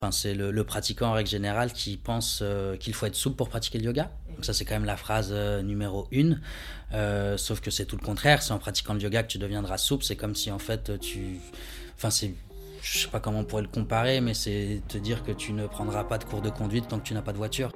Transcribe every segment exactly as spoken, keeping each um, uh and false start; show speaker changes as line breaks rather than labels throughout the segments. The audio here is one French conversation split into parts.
Enfin, c'est le, le pratiquant en règle générale qui pense euh, qu'il faut être souple pour pratiquer le yoga. Donc ça, c'est quand même la phrase euh, numéro une. Euh, sauf que c'est tout le contraire. C'est en pratiquant le yoga que tu deviendras souple. C'est comme si en fait tu... Enfin, c'est... Je sais pas comment on pourrait le comparer, mais c'est te dire que tu ne prendras pas de cours de conduite tant que tu n'as pas de voiture.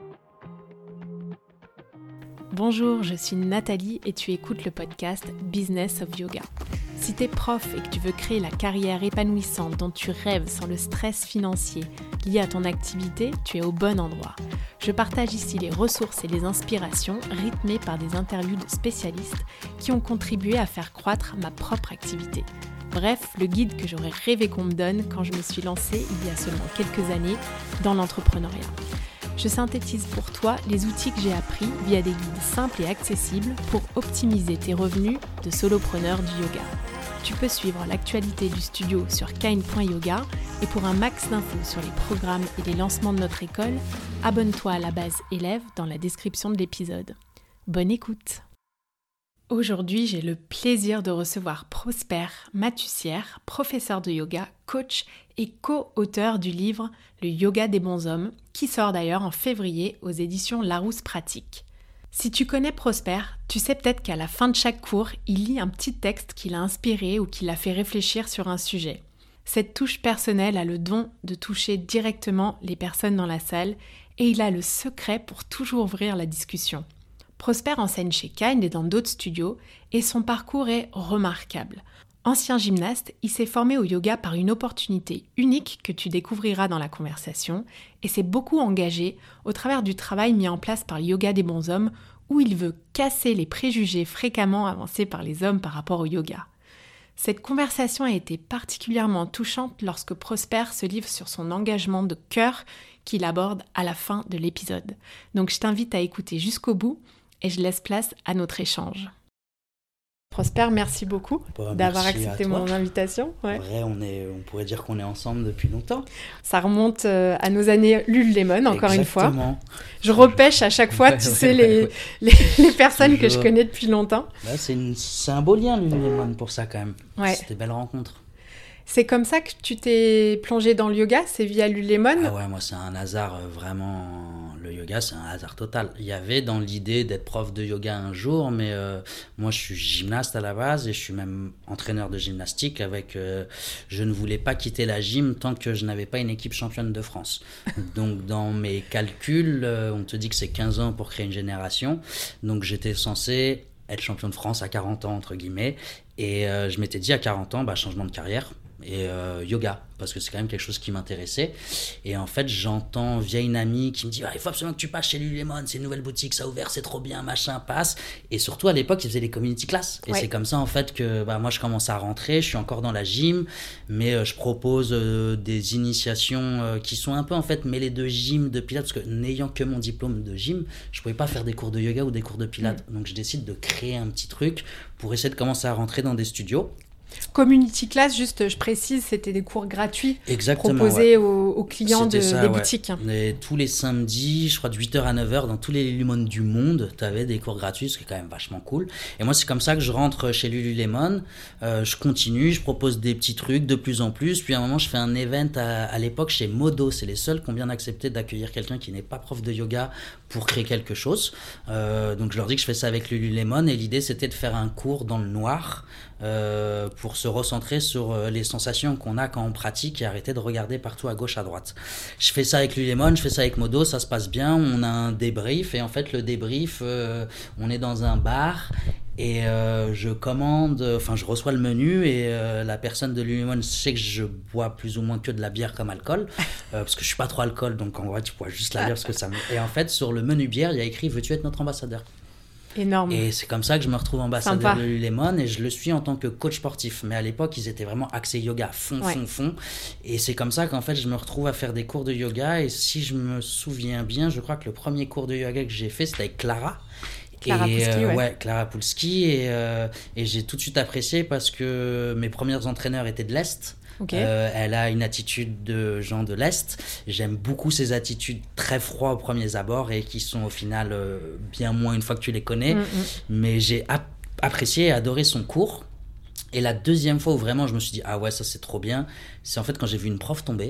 Bonjour, je suis Nathalie et tu écoutes le podcast Business of Yoga. Si t'es prof et que tu veux créer la carrière épanouissante dont tu rêves sans le stress financier lié à ton activité, tu es au bon endroit. Je partage ici les ressources et les inspirations rythmées par des interviews de spécialistes qui ont contribué à faire croître ma propre activité. Bref, le guide que j'aurais rêvé qu'on me donne quand je me suis lancée il y a seulement quelques années dans l'entrepreneuriat. Je synthétise pour toi les outils que j'ai appris via des guides simples et accessibles pour optimiser tes revenus de solopreneur du yoga. Tu peux suivre l'actualité du studio sur kind point yoga et pour un max d'infos sur les programmes et les lancements de notre école, abonne-toi à la base élève dans la description de l'épisode. Bonne écoute! Aujourd'hui, j'ai le plaisir de recevoir Prosper Matussière, professeur de yoga, coach et co-auteur du livre Le yoga des bons hommes, qui sort d'ailleurs en février aux éditions Larousse Pratique. Si tu connais Prosper, tu sais peut-être qu'à la fin de chaque cours, il lit un petit texte qui l'a inspiré ou qui l'a fait réfléchir sur un sujet. Cette touche personnelle a le don de toucher directement les personnes dans la salle et il a le secret pour toujours ouvrir la discussion. Prosper enseigne chez Kind et dans d'autres studios et son parcours est remarquable. Ancien gymnaste, il s'est formé au yoga par une opportunité unique que tu découvriras dans la conversation et s'est beaucoup engagé au travers du travail mis en place par le yoga des bons hommes où il veut casser les préjugés fréquemment avancés par les hommes par rapport au yoga. Cette conversation a été particulièrement touchante lorsque Prosper se livre sur son engagement de cœur qu'il aborde à la fin de l'épisode. Donc je t'invite à écouter jusqu'au bout et je laisse place à notre échange. Prosper, merci beaucoup
Bon,
d'avoir
merci
accepté mon invitation. Ouais.
En vrai, on, est, on pourrait dire qu'on est ensemble depuis longtemps.
Ça remonte euh, à nos années Lululemon, encore
Exactement.
une fois. Je repêche à chaque fois,
Ouais,
tu
ouais,
sais,
ouais,
les,
ouais.
les, les personnes
Toujours.
que je connais depuis longtemps.
Là, c'est, une, c'est un beau lien, Lululemon, pour ça, quand même.
Ouais.
C'était belle rencontre.
C'est comme ça que tu t'es plongé dans le yoga, c'est via Lululemon.
Ah ouais, moi, c'est un hasard, euh, vraiment... Le yoga, c'est un hasard total. Il y avait dans l'idée d'être prof de yoga un jour, mais euh, moi, je suis gymnaste à la base et je suis même entraîneur de gymnastique avec... Euh, je ne voulais pas quitter la gym tant que je n'avais pas une équipe championne de France. Donc, dans mes calculs, euh, on te dit que c'est quinze ans pour créer une génération. Donc, j'étais censé être champion de France à quarante ans, entre guillemets. Et euh, je m'étais dit à quarante ans, bah, changement de carrière. Et euh, yoga, parce que c'est quand même quelque chose qui m'intéressait. Et en fait, j'entends via une amie qui me dit ah, il faut absolument que tu passes chez Lululemon, c'est une nouvelle boutique, ça a ouvert, c'est trop bien, machin, passe. Et surtout, à l'époque, ils faisaient les community classes. Et
ouais.
C'est comme ça, en fait, que bah, moi, je commence à rentrer. Je suis encore dans la gym, mais euh, je propose euh, des initiations euh, qui sont un peu, en fait, mêlées de gym, de pilates, parce que n'ayant que mon diplôme de gym, je pouvais pas faire des cours de yoga ou des cours de pilates. Mmh. Donc, je décide de créer un petit truc pour essayer de commencer à rentrer dans des studios.
Community Class, juste je précise, c'était des cours gratuits.
Exactement,
proposés
ouais.
aux, aux clients de,
ça,
des
ouais.
boutiques.
Et tous les samedis, je crois de huit heures à neuf heures, dans tous les Lululemon du monde, tu avais des cours gratuits, ce qui est quand même vachement cool. Et moi, c'est comme ça que je rentre chez Lululemon. Euh, je continue, je propose des petits trucs de plus en plus. Puis à un moment, je fais un event à, à l'époque chez Modo. C'est les seuls qui ont bien accepté d'accueillir quelqu'un qui n'est pas prof de yoga pour créer quelque chose. Euh, donc je leur dis que je fais ça avec Lululemon. Et l'idée, c'était de faire un cours dans le noir euh, pour se recentrer sur euh, les sensations qu'on a quand on pratique et arrêter de regarder partout à gauche, à droite. Je fais ça avec Lululemon, je fais ça avec Modo, ça se passe bien, on a un débrief et en fait le débrief, euh, on est dans un bar et euh, je commande, enfin je reçois le menu et euh, la personne de Lululemon sait que je bois plus ou moins que de la bière comme alcool euh, parce que je suis pas trop alcool, donc en vrai tu bois juste la bière parce que ça me... Et en fait sur le menu bière il y a écrit veux-tu être notre ambassadeur?
Énorme.
Et c'est comme ça que je me retrouve ambassadeur
Sympa.
de Lululemon et je le suis en tant que coach sportif. Mais à l'époque, ils étaient vraiment axés yoga, fond,
ouais.
fond, fond. Et c'est comme ça qu'en fait, je me retrouve à faire des cours de yoga. Et si je me souviens bien, je crois que le premier cours de yoga que j'ai fait, c'était avec Clara.
Clara
et,
Poulski,
euh,
ouais.
ouais, Clara Poulski. Et, euh, et j'ai tout de suite apprécié parce que mes premiers entraîneurs étaient de l'Est.
Okay.
Euh, elle a une attitude de gens de l'Est. J'aime beaucoup ces attitudes très froides aux premiers abords et qui sont au final euh, bien moins une fois que tu les connais. Mm-hmm. Mais j'ai ap- apprécié et adoré son cours. Et la deuxième fois où vraiment je me suis dit ah ouais ça c'est trop bien, c'est en fait quand j'ai vu une prof tomber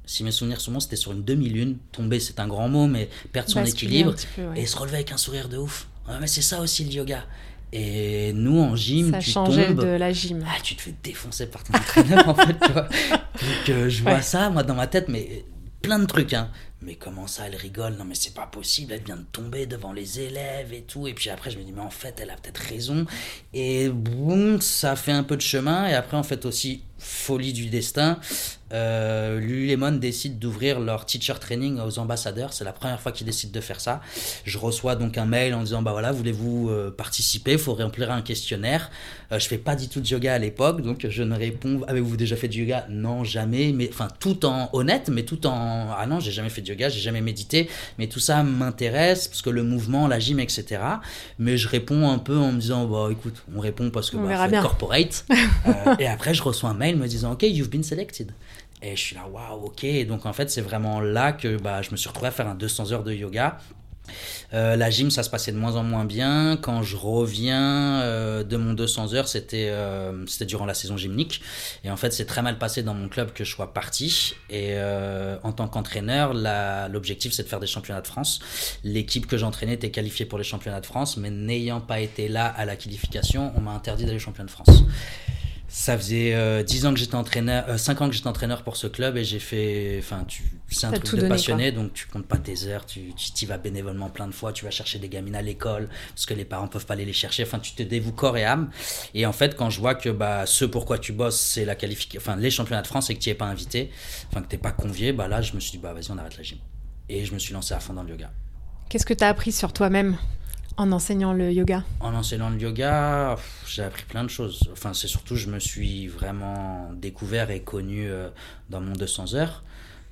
Si mes souvenirs sont bons, c'était sur une demi-lune. Tomber, c'est un grand mot, mais perdre son
Basculer
équilibre
peu, ouais.
et se relever avec un sourire de ouf. Ouais, mais c'est ça aussi le yoga. Et nous, en gym,
ça
tu
changeait
tombes...
de la gym.
Ah, tu te fais défoncer par ton entraîneur, en fait, tu vois. Donc, euh, je vois ouais. ça, moi, dans ma tête, mais plein de trucs, hein. Mais comment ça, elle rigole? Non, mais c'est pas possible, elle vient de tomber devant les élèves et tout. Et puis après, je me dis, mais en fait, elle a peut-être raison. Et boum, ça fait un peu de chemin. Et après, en fait, aussi, folie du destin, euh, Lululemon décide d'ouvrir leur teacher training aux ambassadeurs. C'est la première fois qu'ils décident de faire ça. Je reçois donc un mail en disant, bah voilà, voulez-vous euh, participer? Il faut remplir un questionnaire. Euh, je fais pas du tout de yoga à l'époque, donc je ne réponds, avez-vous déjà fait du yoga? Non, jamais. Mais enfin, tout en honnête, mais tout en, ah non, j'ai jamais fait de yoga, j'ai jamais médité, mais tout ça m'intéresse parce que le mouvement, la gym, et cetera. Mais je réponds un peu en me disant, bah écoute, on répond parce que
on
bah,
verra
faut
bien.
être corporate. euh, et après, je reçois un mail me disant, ok, you've been selected. Et je suis là, waouh, ok. Et donc en fait, c'est vraiment là que bah, je me suis retrouvé à faire un deux cents heures de yoga. Euh, la gym, ça se passait de moins en moins bien. Quand je reviens euh, de mon deux cents heures, c'était, euh, c'était durant la saison gymnique. Et en fait, c'est très mal passé dans mon club que je sois parti. Et euh, en tant qu'entraîneur, la, l'objectif, c'est de faire des championnats de France. L'équipe que j'entraînais était qualifiée pour les championnats de France, mais n'ayant pas été là à la qualification, on m'a interdit d'aller champion de France. Ça faisait euh, dix ans que j'étais entraîneur, euh, cinq ans que j'étais entraîneur pour ce club et j'ai fait, enfin, tu, c'est un
T'as
truc de
donné,
passionné,
quoi.
Donc tu comptes pas tes heures, tu, tu t'y vas bénévolement plein de fois, tu vas chercher des gamines à l'école parce que les parents peuvent pas aller les chercher, enfin, tu te dévoues corps et âme. Et en fait, quand je vois que bah, ce pourquoi tu bosses, c'est la qualification, enfin, les championnats de France et que tu es pas invité, enfin, que t'es pas convié, bah là, je me suis dit, bah vas-y, on arrête la gym. Et je me suis lancé à fond dans le yoga.
Qu'est-ce que t'as appris sur toi-même en enseignant le yoga?
En enseignant le yoga, pff, j'ai appris plein de choses. Enfin, c'est surtout, je me suis vraiment découvert et connu euh, dans mon deux cents heures.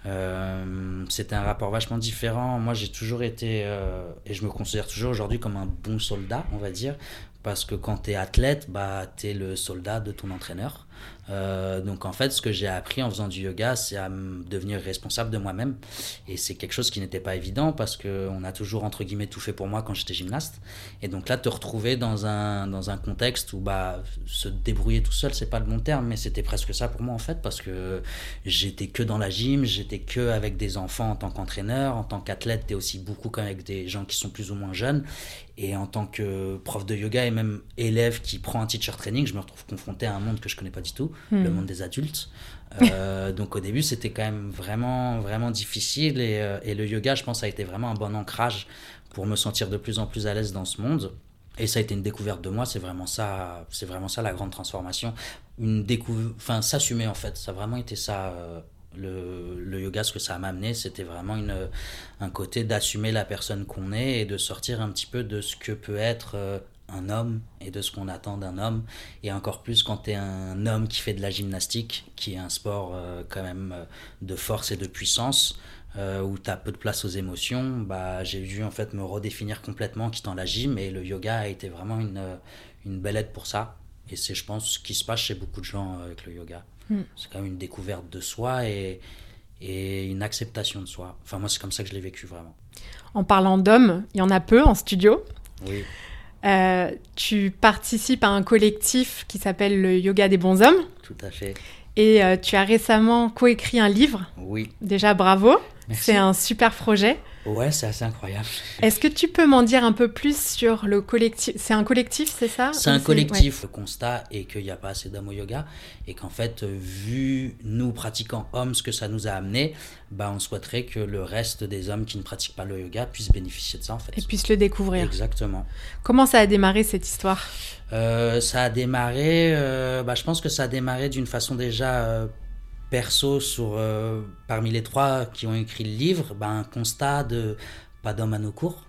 Euh, c'était un rapport vachement différent. Moi, j'ai toujours été, euh, et je me considère toujours aujourd'hui comme un bon soldat, on va dire, parce que quand t'es athlète, bah, t'es le soldat de ton entraîneur. Euh, donc en fait, ce que j'ai appris en faisant du yoga, c'est à me devenir responsable de moi-même. Et c'est quelque chose qui n'était pas évident parce qu'on a toujours, entre guillemets, tout fait pour moi quand j'étais gymnaste. Et donc là, te retrouver dans un, dans un contexte où bah, se débrouiller tout seul, c'est pas le bon terme, mais c'était presque ça pour moi en fait, parce que j'étais que dans la gym, j'étais que avec des enfants en tant qu'entraîneur. En tant qu'athlète, t'es aussi beaucoup quand même avec des gens qui sont plus ou moins jeunes. Et en tant que prof de yoga et même élève qui prend un teacher training, je me retrouve confronté à un monde que je connais pas du tout, mmh. le monde des adultes. Euh, donc au début, c'était quand même vraiment, vraiment difficile. Et, euh, et le yoga, je pense, a été vraiment un bon ancrage pour me sentir de plus en plus à l'aise dans ce monde. Et ça a été une découverte de moi, c'est vraiment ça, c'est vraiment ça la grande transformation. Une découv... Enfin, s'assumer en fait, ça a vraiment été ça... Euh... Le, le yoga, ce que ça m'a amené, c'était vraiment une, un côté d'assumer la personne qu'on est et de sortir un petit peu de ce que peut être euh, un homme et de ce qu'on attend d'un homme. Et encore plus quand tu es un homme qui fait de la gymnastique, qui est un sport euh, quand même euh, de force et de puissance, euh, où tu as peu de place aux émotions. Bah, j'ai dû en fait me redéfinir complètement en quittant la gym et le yoga a été vraiment une, une belle aide pour ça. Et c'est, je pense, ce qui se passe chez beaucoup de gens avec le yoga. C'est quand même une découverte de soi et, et une acceptation de soi. Enfin, moi, c'est comme ça que je l'ai vécu, vraiment.
En parlant d'hommes, il y en a peu en studio.
Oui.
Euh, tu participes à un collectif qui s'appelle le Yoga des bons hommes.
Tout à fait.
Et euh, tu as récemment coécrit un livre.
Oui.
Déjà, bravo.
Merci.
C'est un super projet.
Ouais, c'est assez incroyable.
Est-ce que tu peux m'en dire un peu plus sur le collectif? C'est un collectif, c'est ça?
C'est un collectif. Ouais. Le constat est qu'il n'y a pas assez d'hommes au yoga et qu'en fait, vu nous pratiquants hommes, ce que ça nous a amené, bah, on souhaiterait que le reste des hommes qui ne pratiquent pas le yoga puissent bénéficier de ça en fait.
Et puissent le découvrir.
Exactement.
Comment ça a démarré cette histoire?
euh, Ça a démarré, euh, bah, je pense que ça a démarré d'une façon déjà... Euh, perso sur euh, parmi les trois qui ont écrit le livre, ben, un constat de pas d'hommes à nos cours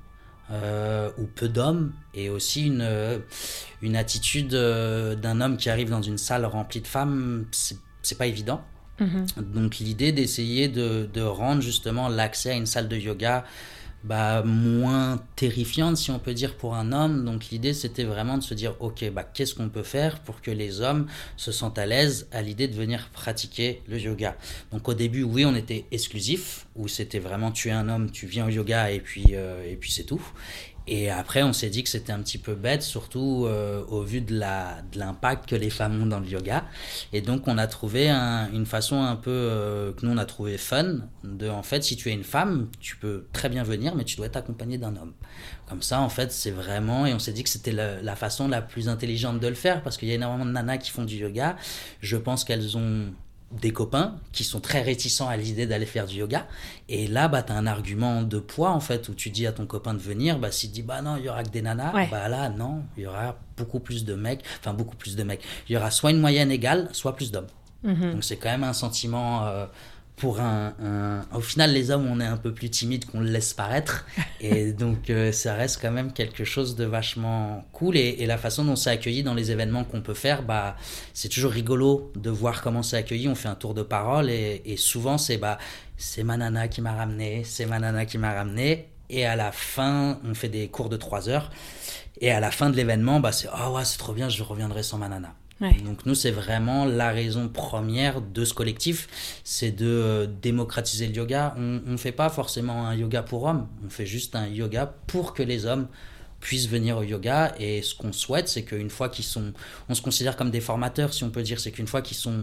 euh, ou peu d'hommes et aussi une, euh, une attitude euh, d'un homme qui arrive dans une salle remplie de femmes, c'est, c'est pas évident. Mmh. Donc l'idée d'essayer de, de rendre justement l'accès à une salle de yoga bah, moins terrifiante si on peut dire pour un homme. Donc l'idée c'était vraiment de se dire ok, bah, qu'est-ce qu'on peut faire pour que les hommes se sentent à l'aise à l'idée de venir pratiquer le yoga. Donc au début oui on était exclusif, où c'était vraiment tu es un homme, tu viens au yoga et puis, euh, et puis c'est tout. Et après, on s'est dit que c'était un petit peu bête, surtout euh, au vu de, la, de l'impact que les femmes ont dans le yoga. Et donc, on a trouvé un, une façon un peu euh, que nous, on a trouvé fun, de, en fait, si tu es une femme, tu peux très bien venir, mais tu dois être accompagnée d'un homme. Comme ça, en fait, c'est vraiment... Et on s'est dit que c'était la, la façon la plus intelligente de le faire, parce qu'il y a énormément de nanas qui font du yoga. Je pense qu'elles ont... des copains qui sont très réticents à l'idée d'aller faire du yoga, et là bah t'as un argument de poids en fait, où tu dis à ton copain de venir, bah s'il dit bah non il y aura que des nanas, ouais. bah là non, il y aura beaucoup plus de mecs, enfin beaucoup plus de mecs, il y aura soit une moyenne égale, soit plus d'hommes. Mm-hmm. Donc c'est quand même un sentiment euh, pour un, un... Au final, les hommes, on est un peu plus timides qu'on le laisse paraître. Et donc, euh, ça reste quand même quelque chose de vachement cool. Et, et la façon dont c'est accueilli dans les événements qu'on peut faire, bah, c'est toujours rigolo de voir comment c'est accueilli. On fait un tour de parole et, et souvent, c'est, bah, c'est ma nana qui m'a ramené, c'est ma nana qui m'a ramené. Et à la fin, on fait des cours de trois heures. Et à la fin de l'événement, bah, c'est « Ah ouais, c'est trop bien, je reviendrai sans ma nana ». Ouais. Donc nous, c'est vraiment la raison première de ce collectif, c'est de euh, démocratiser le yoga. On ne fait pas forcément un yoga pour hommes, on fait juste un yoga pour que les hommes puissent venir au yoga. Et ce qu'on souhaite, c'est qu'une fois qu'ils sont... On se considère comme des formateurs, si on peut dire, c'est qu'une fois qu'ils sont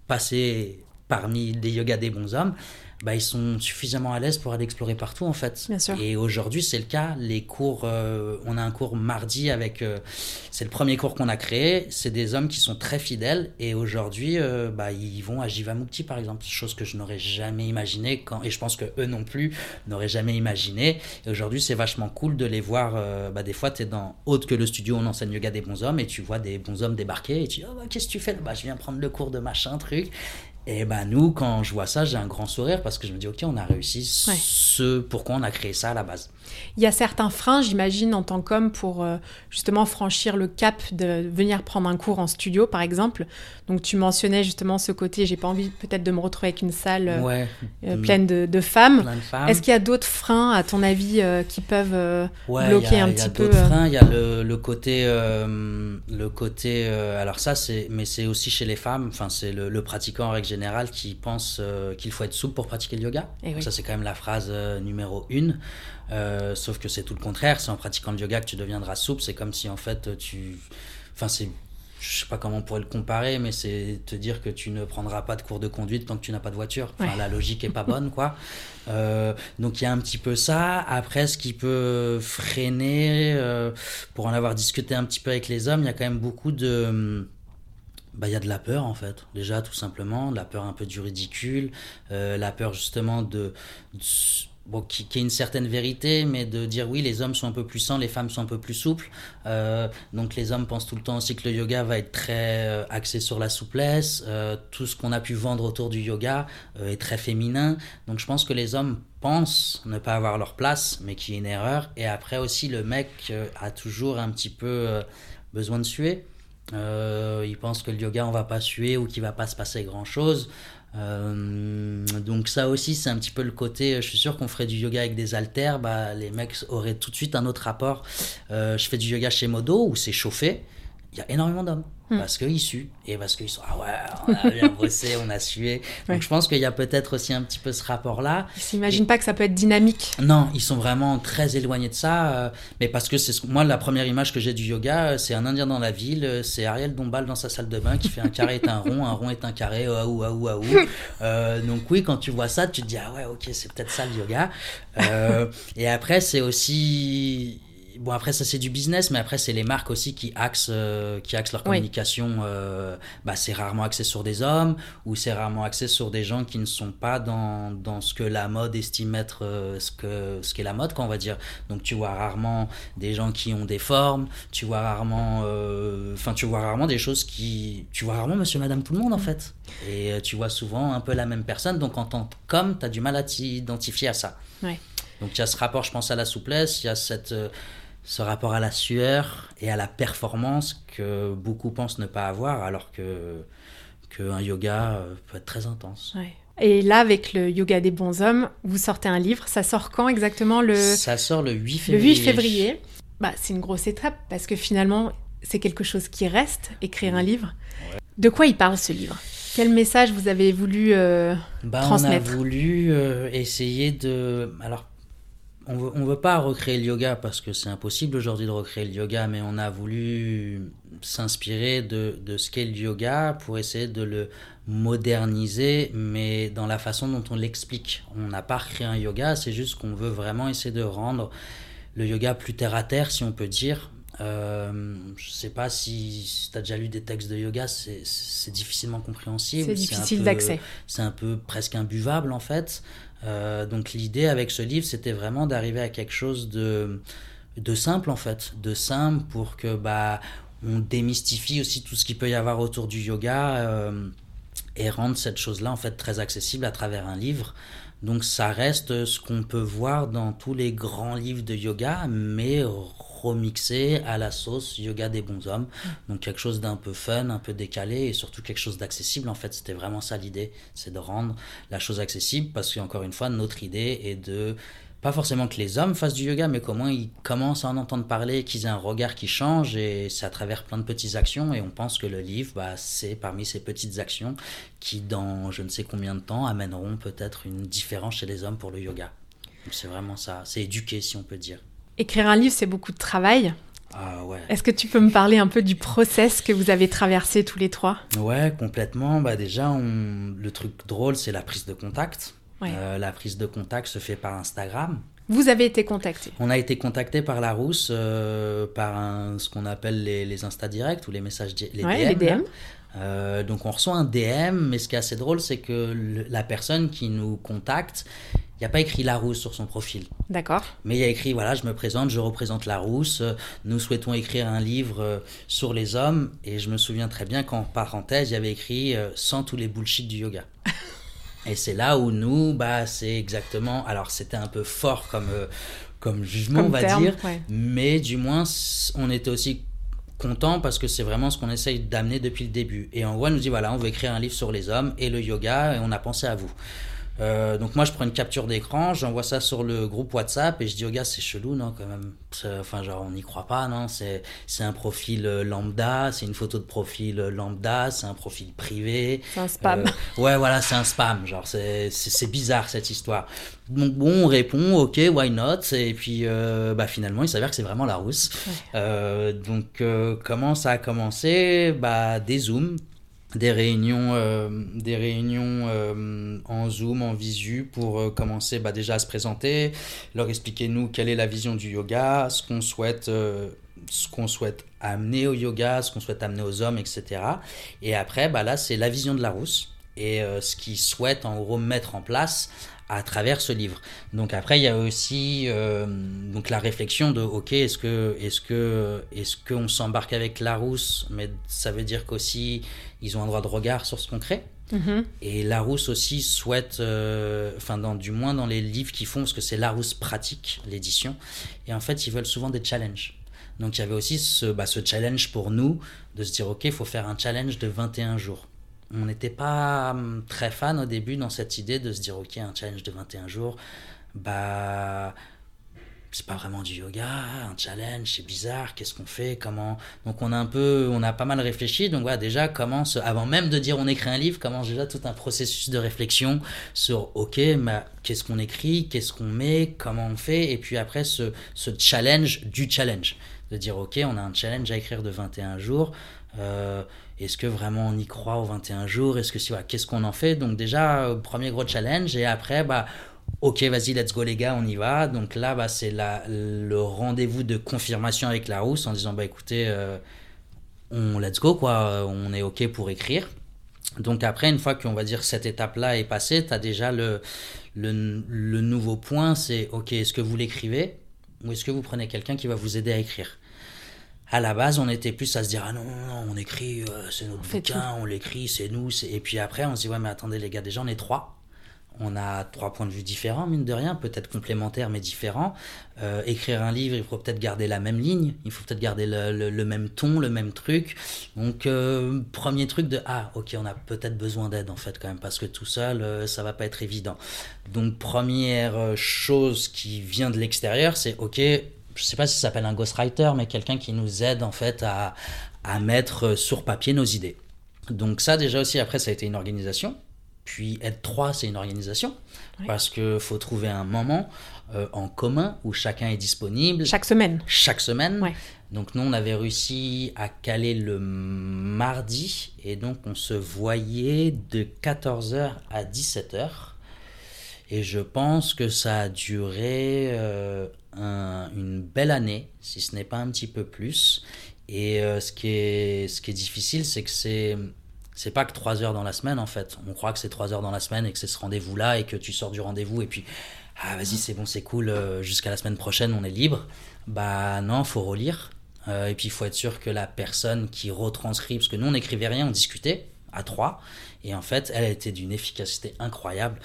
passés parmi les yogas des bons hommes, bah, ils sont suffisamment à l'aise pour aller explorer partout en fait.
Bien sûr.
Et aujourd'hui c'est le cas, les cours, euh, on a un cours mardi avec, euh, c'est le premier cours qu'on a créé, c'est des hommes qui sont très fidèles et aujourd'hui euh, bah, ils vont à Jivamukti par exemple, chose que je n'aurais jamais imaginé quand, et je pense que eux non plus n'auraient jamais imaginé. Et aujourd'hui c'est vachement cool de les voir, euh, bah, des fois t'es dans autre que le studio, on enseigne yoga des bons hommes et tu vois des bons hommes débarquer et tu dis oh, bah, qu'est-ce que tu fais là? Bah, je viens prendre le cours de machin truc. Et ben nous, quand je vois ça, j'ai un grand sourire parce que je me dis, ok, on a réussi ouais. ce pourquoi on a créé ça à la base.
Il y a certains freins, j'imagine, en tant qu'homme pour euh, justement franchir le cap de venir prendre un cours en studio, par exemple. Donc tu mentionnais justement ce côté, j'ai pas envie peut-être de me retrouver avec une salle euh, ouais. euh, pleine de, de femmes.
Plein de femmes.
Est-ce qu'il y a d'autres freins, à ton avis, euh, qui peuvent euh,
ouais,
bloquer
a,
un petit peu?
Il y a d'autres freins, il y a le, le côté, euh, le côté euh, alors ça, c'est, mais c'est aussi chez les femmes, enfin, c'est le, le pratiquant en règle générale qui pense euh, qu'il faut être souple pour pratiquer le yoga. Et oui. Ça, c'est quand même la phrase euh, numéro une. Euh, sauf que c'est tout le contraire, c'est en pratiquant le yoga que tu deviendras souple, c'est comme si en fait tu... Enfin c'est... Je sais pas comment on pourrait le comparer, mais c'est te dire que tu ne prendras pas de cours de conduite tant que tu n'as pas de voiture. Enfin, ouais. La logique est pas bonne, quoi. Euh, donc il y a un petit peu ça. Après, ce qui peut freiner, euh, pour en avoir discuté un petit peu avec les hommes, il y a quand même beaucoup de... Bah, il y a de la peur en fait, déjà tout simplement, de la peur un peu du ridicule, euh, la peur justement de... de Bon, qui, qui est une certaine vérité, mais de dire oui, les hommes sont un peu puissants, les femmes sont un peu plus souples. Euh, donc les hommes pensent tout le temps aussi que le yoga va être très euh, axé sur la souplesse. Euh, tout ce qu'on a pu vendre autour du yoga euh, est très féminin. Donc je pense que les hommes pensent ne pas avoir leur place, mais qu'il y a une erreur. Et après aussi, le mec euh, a toujours un petit peu euh, besoin de suer. Euh, il pense que le yoga, on va pas suer ou qu'il va pas se passer grand-chose. Euh, donc ça aussi c'est un petit peu le côté, je suis sûr qu'on ferait du yoga avec des haltères, bah, les mecs auraient tout de suite un autre rapport. Euh, je fais du yoga chez Modo où c'est chauffé, il y a énormément d'hommes mmh. parce qu'ils suent et parce qu'ils sont ah ouais on a bien bossé, on a sué. Donc ouais. Je pense qu'il y a peut-être aussi un petit peu ce rapport là.
Ils s'imaginent et... pas que ça peut être dynamique.
Non, ils sont vraiment très éloignés de ça, euh, mais parce que c'est ce... moi la première image que j'ai du yoga, c'est un Indien dans la ville, c'est Ariel Dombal dans sa salle de bain qui fait un carré est un rond, un rond est un carré, aou aou aou. Euh, donc oui, quand tu vois ça, tu te dis ah ouais ok c'est peut-être ça le yoga. Euh, et après c'est aussi Bon, après, ça, c'est du business, mais après, c'est les marques aussi qui axent, euh, qui axent leur communication. Oui. Euh, bah, c'est rarement axé sur des hommes ou c'est rarement axé sur des gens qui ne sont pas dans, dans ce que la mode estime être euh, ce, que, ce qu'est la mode, quoi, on va dire. Donc, tu vois rarement des gens qui ont des formes, tu vois rarement, enfin, euh, tu vois rarement des choses qui... Tu vois rarement monsieur, madame, tout le monde, en fait. Et euh, tu vois souvent un peu la même personne. Donc, en tant qu'homme, tu as du mal à t'identifier à ça.
Oui.
Donc, il y a ce rapport, je pense, à la souplesse, il y a cette... Euh, ce rapport à la sueur et à la performance que beaucoup pensent ne pas avoir, alors que qu'un yoga peut être très intense.
Ouais. Et là, avec le yoga des bons hommes, vous sortez un livre. Ça sort quand exactement le...
Ça sort le huit février.
Le huit février. Bah, c'est une grosse étape parce que finalement, c'est quelque chose qui reste, écrire un livre. Ouais. De quoi il parle ce livre ? Quel message vous avez voulu euh,
bah,
transmettre ?
On a voulu euh, essayer de... Alors, on veut, on veut pas recréer le yoga parce que c'est impossible aujourd'hui de recréer le yoga, mais on a voulu s'inspirer de, de ce qu'est le yoga pour essayer de le moderniser, mais dans la façon dont on l'explique. On n'a pas recréé un yoga, c'est juste qu'on veut vraiment essayer de rendre le yoga plus terre à terre, si on peut dire. Euh, je sais pas si, si tu as déjà lu des textes de yoga, c'est, c'est difficilement compréhensible.
C'est difficile
c'est peu,
d'accès.
C'est un peu presque imbuvable en fait. Euh, donc l'idée avec ce livre, c'était vraiment d'arriver à quelque chose de, de simple en fait, de simple pour que bah, on démystifie aussi tout ce qu'il peut y avoir autour du yoga euh, et rendre cette chose-là en fait très accessible à travers un livre. Donc ça reste ce qu'on peut voir dans tous les grands livres de yoga, mais remixé à la sauce yoga des bons hommes. Donc quelque chose d'un peu fun, un peu décalé et surtout quelque chose d'accessible. En fait, c'était vraiment ça l'idée, c'est de rendre la chose accessible parce qu'encore une fois, notre idée est de pas forcément que les hommes fassent du yoga, mais qu'au moins ils commencent à en entendre parler, qu'ils aient un regard qui change, et c'est à travers plein de petites actions, et on pense que le livre, bah, c'est parmi ces petites actions qui, dans je ne sais combien de temps, amèneront peut-être une différence chez les hommes pour le yoga. Donc c'est vraiment ça, c'est éduquer si on peut dire.
Écrire un livre, c'est beaucoup de travail.
Ah ouais.
Est-ce que tu peux me parler un peu du process que vous avez traversé tous les trois ?
Ouais, complètement. Bah déjà, on... le truc drôle, c'est la prise de contact.
Ouais.
Euh, la prise de contact se fait par Instagram.
Vous avez été contacté.
On a été contacté par Larousse, euh, par un, ce qu'on appelle les, les Insta Direct ou les messages, di- les
Ouais,
D M.
les D M.
Euh, donc on reçoit un D M, mais ce qui est assez drôle, c'est que le, la personne qui nous contacte, il n'y a pas écrit Larousse sur son profil.
D'accord.
Mais il y a écrit, voilà, je me présente, je représente Larousse, euh, nous souhaitons écrire un livre euh, sur les hommes, et je me souviens très bien qu'en parenthèse, il y avait écrit euh, sans tous les bullshit du yoga. Et c'est là où nous, bah, c'est exactement... Alors, c'était un peu fort comme, euh, comme jugement,
Comme
on va
terme,
dire.
ouais.
Mais du moins, on était aussi contents parce que c'est vraiment ce qu'on essaye d'amener depuis le début. Et en gros, on nous dit, voilà, on veut écrire un livre sur les hommes et le yoga, et on a pensé à vous. Euh, donc moi je prends une capture d'écran, j'envoie ça sur le groupe WhatsApp et je dis aux gars c'est chelou non quand même, c'est, enfin genre on n'y croit pas non, c'est, c'est un profil lambda, c'est une photo de profil lambda, c'est un profil privé.
C'est un spam.
Euh, ouais voilà c'est un spam, genre c'est, c'est, c'est bizarre cette histoire. Donc bon on répond ok why not et puis euh, bah finalement il s'avère que c'est vraiment Larousse. Ouais. Euh, donc euh, comment ça a commencé? Bah des zooms. Des réunions, euh, des réunions euh, en Zoom, en visu pour euh, commencer bah, déjà à se présenter, leur expliquer nous quelle est la vision du yoga, ce qu'on souhaite, euh, ce qu'on souhaite amener au yoga, ce qu'on souhaite amener aux hommes, et cetera. Et après, bah, là, c'est la vision de Larousse et euh, ce qu'ils souhaitent en gros mettre en place à travers ce livre. Donc après il y a aussi euh, donc la réflexion de ok est-ce que est-ce que est-ce qu'on s'embarque avec Larousse, mais ça veut dire qu'aussi ils ont un droit de regard sur ce qu'on crée. Mm-hmm. Et Larousse aussi souhaite euh, enfin dans du moins dans les livres qu'ils font parce que c'est Larousse pratique l'édition et en fait ils veulent souvent des challenges. Donc il y avait aussi ce bah, ce challenge pour nous de se dire ok il faut faire un challenge de vingt et un jours. On n'était pas très fan au début dans cette idée de se dire ok un challenge de vingt et un jours bah c'est pas vraiment du yoga, un challenge c'est bizarre, qu'est-ce qu'on fait, comment, donc on a un peu on a pas mal réfléchi, donc voilà déjà commence avant même de dire on écrit un livre commence déjà tout un processus de réflexion sur ok bah, qu'est-ce qu'on écrit, qu'est-ce qu'on met, comment on fait et puis après ce, ce challenge du challenge de dire ok on a un challenge à écrire de vingt et un jours euh, est-ce que vraiment on y croit aux vingt et un jours, est-ce que si, voilà, qu'est-ce qu'on en fait, donc déjà euh, premier gros challenge et après bah ok vas-y let's go les gars on y va, donc là bah, c'est la, le rendez-vous de confirmation avec Larousse en disant bah écoutez euh, on let's go quoi, on est ok pour écrire. Donc après une fois qu'on va dire cette étape là est passée, t'as déjà le, le, le nouveau point, c'est ok est-ce que vous l'écrivez ou est-ce que vous prenez quelqu'un qui va vous aider à écrire. À la base, on était plus à se dire « Ah non, non, non on écrit, euh, c'est notre on bouquin, on l'écrit, c'est nous. C'est... » Et puis après, on se dit « Ouais, mais attendez les gars, déjà on est trois. On a trois points de vue différents, mine de rien, peut-être complémentaires, mais différents. Euh, écrire un livre, il faut peut-être garder la même ligne, il faut peut-être garder le, le, le même ton, le même truc. Donc, euh, premier truc de « Ah, ok, on a peut-être besoin d'aide, en fait, quand même, parce que tout seul, euh, ça va pas être évident. » Donc, première chose qui vient de l'extérieur, c'est « Ok, je sais pas si ça s'appelle un ghostwriter, mais quelqu'un qui nous aide en fait à, à mettre sur papier nos idées. » Donc ça déjà aussi après ça a été une organisation Puis être trois, c'est une organisation,
ouais.
parce qu'il faut trouver un moment euh, en commun où chacun est disponible.
Chaque semaine.
Chaque semaine.
Ouais.
Donc nous, on avait réussi à caler le mardi, et donc on se voyait de quatorze heures à dix-sept heures. Et je pense que ça a duré euh, un, une belle année, si ce n'est pas un petit peu plus. Et euh, ce, qui est, ce qui est difficile, c'est que c'est... C'est pas que trois heures dans la semaine, en fait. On croit que c'est trois heures dans la semaine et que c'est ce rendez-vous-là et que tu sors du rendez-vous et puis ah vas-y c'est bon, c'est cool, euh, jusqu'à la semaine prochaine on est libre. Bah non, faut relire. Euh, et puis il faut être sûr que la personne qui retranscrit, parce que nous on n'écrivait rien, on discutait à trois. Et en fait, elle était d'une efficacité incroyable.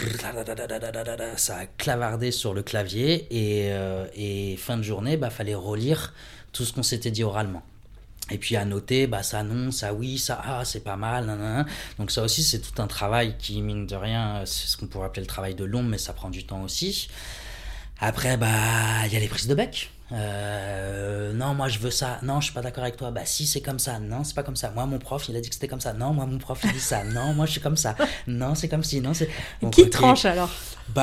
Ça a clavardé sur le clavier et, euh, et fin de journée, bah fallait relire tout ce qu'on s'était dit oralement. Et puis à noter, bah ça non, ça oui, ça ah, c'est pas mal, nanana. Donc ça aussi c'est tout un travail qui, mine de rien, c'est ce qu'on pourrait appeler le travail de l'ombre, mais ça prend du temps aussi. Après, bah il y a les prises de bec. Euh, non, moi je veux ça. Non, je suis pas d'accord avec toi. Bah si, c'est comme ça. Non, c'est pas comme ça. Moi, mon prof, il a dit que c'était comme ça. Non, moi, mon prof, il dit ça. Non, moi, je suis comme ça. Non, c'est comme si. Non, c'est.
Donc, qui okay. tranche alors?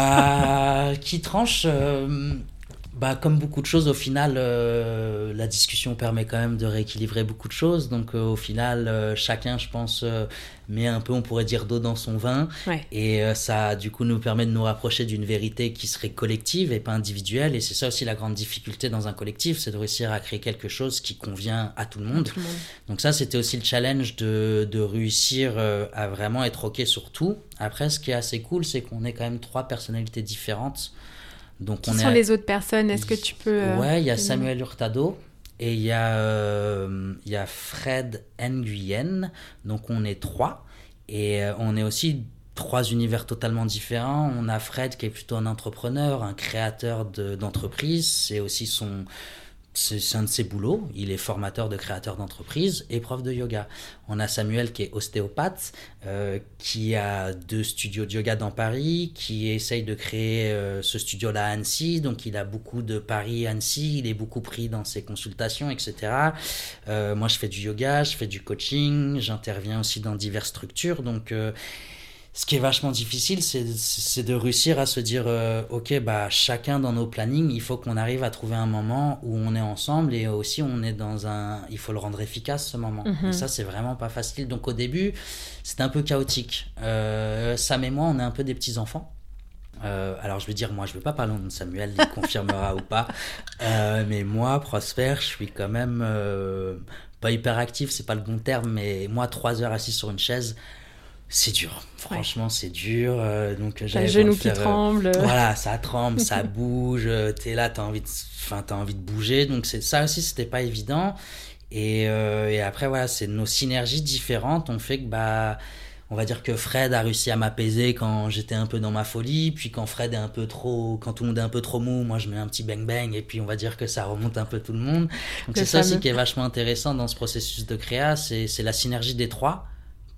Bah, qui tranche euh... Bah, comme beaucoup de choses, au final, euh, la discussion permet quand même de rééquilibrer beaucoup de choses. Donc, euh, au final, euh, chacun, je pense, euh, met un peu, on pourrait dire, d'eau dans son vin.
Ouais.
Et euh, ça, du coup, nous permet de nous rapprocher d'une vérité qui serait collective et pas individuelle. Et c'est ça aussi la grande difficulté dans un collectif, c'est de réussir à créer quelque chose qui convient à tout le monde.
Tout le monde.
Donc ça, c'était aussi le challenge de, de réussir euh, à vraiment être OK sur tout. Après, ce qui est assez cool, c'est qu'on est quand même trois personnalités différentes. Donc
Qui
on
sont
est...
les autres personnes? Est-ce que tu peux... Euh,
ouais, il y a Samuel Hurtado et il y a, euh, il y a Fred Nguyen. Donc on est trois. Et euh, on est aussi trois univers totalement différents. On a Fred qui est plutôt un entrepreneur, un créateur de, d'entreprise. C'est aussi son... C'est, c'est un de ses boulots. Il est formateur de créateurs d'entreprise et prof de yoga. On a Samuel qui est ostéopathe, euh, qui a deux studios de yoga dans Paris, qui essaye de créer euh, ce studio-là à Annecy. Donc, il a beaucoup de Paris, Annecy. Il est beaucoup pris dans ses consultations, et cetera. Euh, moi, je fais du yoga, je fais du coaching. J'interviens aussi dans diverses structures. Donc... Euh, Ce qui est vachement difficile, c'est, c'est de réussir à se dire euh, ok, bah, chacun dans nos plannings, il faut qu'on arrive à trouver un moment où on est ensemble et aussi on est dans un... Il faut le rendre efficace, ce moment. Mm-hmm. Et ça, c'est vraiment pas facile. Donc au début, c'était un peu chaotique. Euh, Sam et moi, on est un peu des petits-enfants. Euh, alors je veux dire, moi, je ne vais pas parler de Samuel, il confirmera ou pas. Euh, mais moi, Prosper, je suis quand même euh, pas hyper actif, c'est pas le bon terme, mais moi, trois heures assis sur une chaise... C'est dur, franchement ouais. c'est dur. Euh, donc
j'avais le genou qui tremble.
Euh, voilà, ça tremble, ça bouge. T'es là, t'as envie de, enfin t'as envie de bouger. Donc c'est ça aussi, c'était pas évident. Et, euh, et après voilà, c'est nos synergies différentes ont fait que bah, on va dire que Fred a réussi à m'apaiser quand j'étais un peu dans ma folie. Puis quand Fred est un peu trop, quand tout le monde est un peu trop mou, moi je mets un petit bang bang et puis on va dire que ça remonte un peu tout le monde. Donc le c'est fameux. Ça aussi qui est vachement intéressant dans ce processus de créa, c'est c'est la synergie des trois.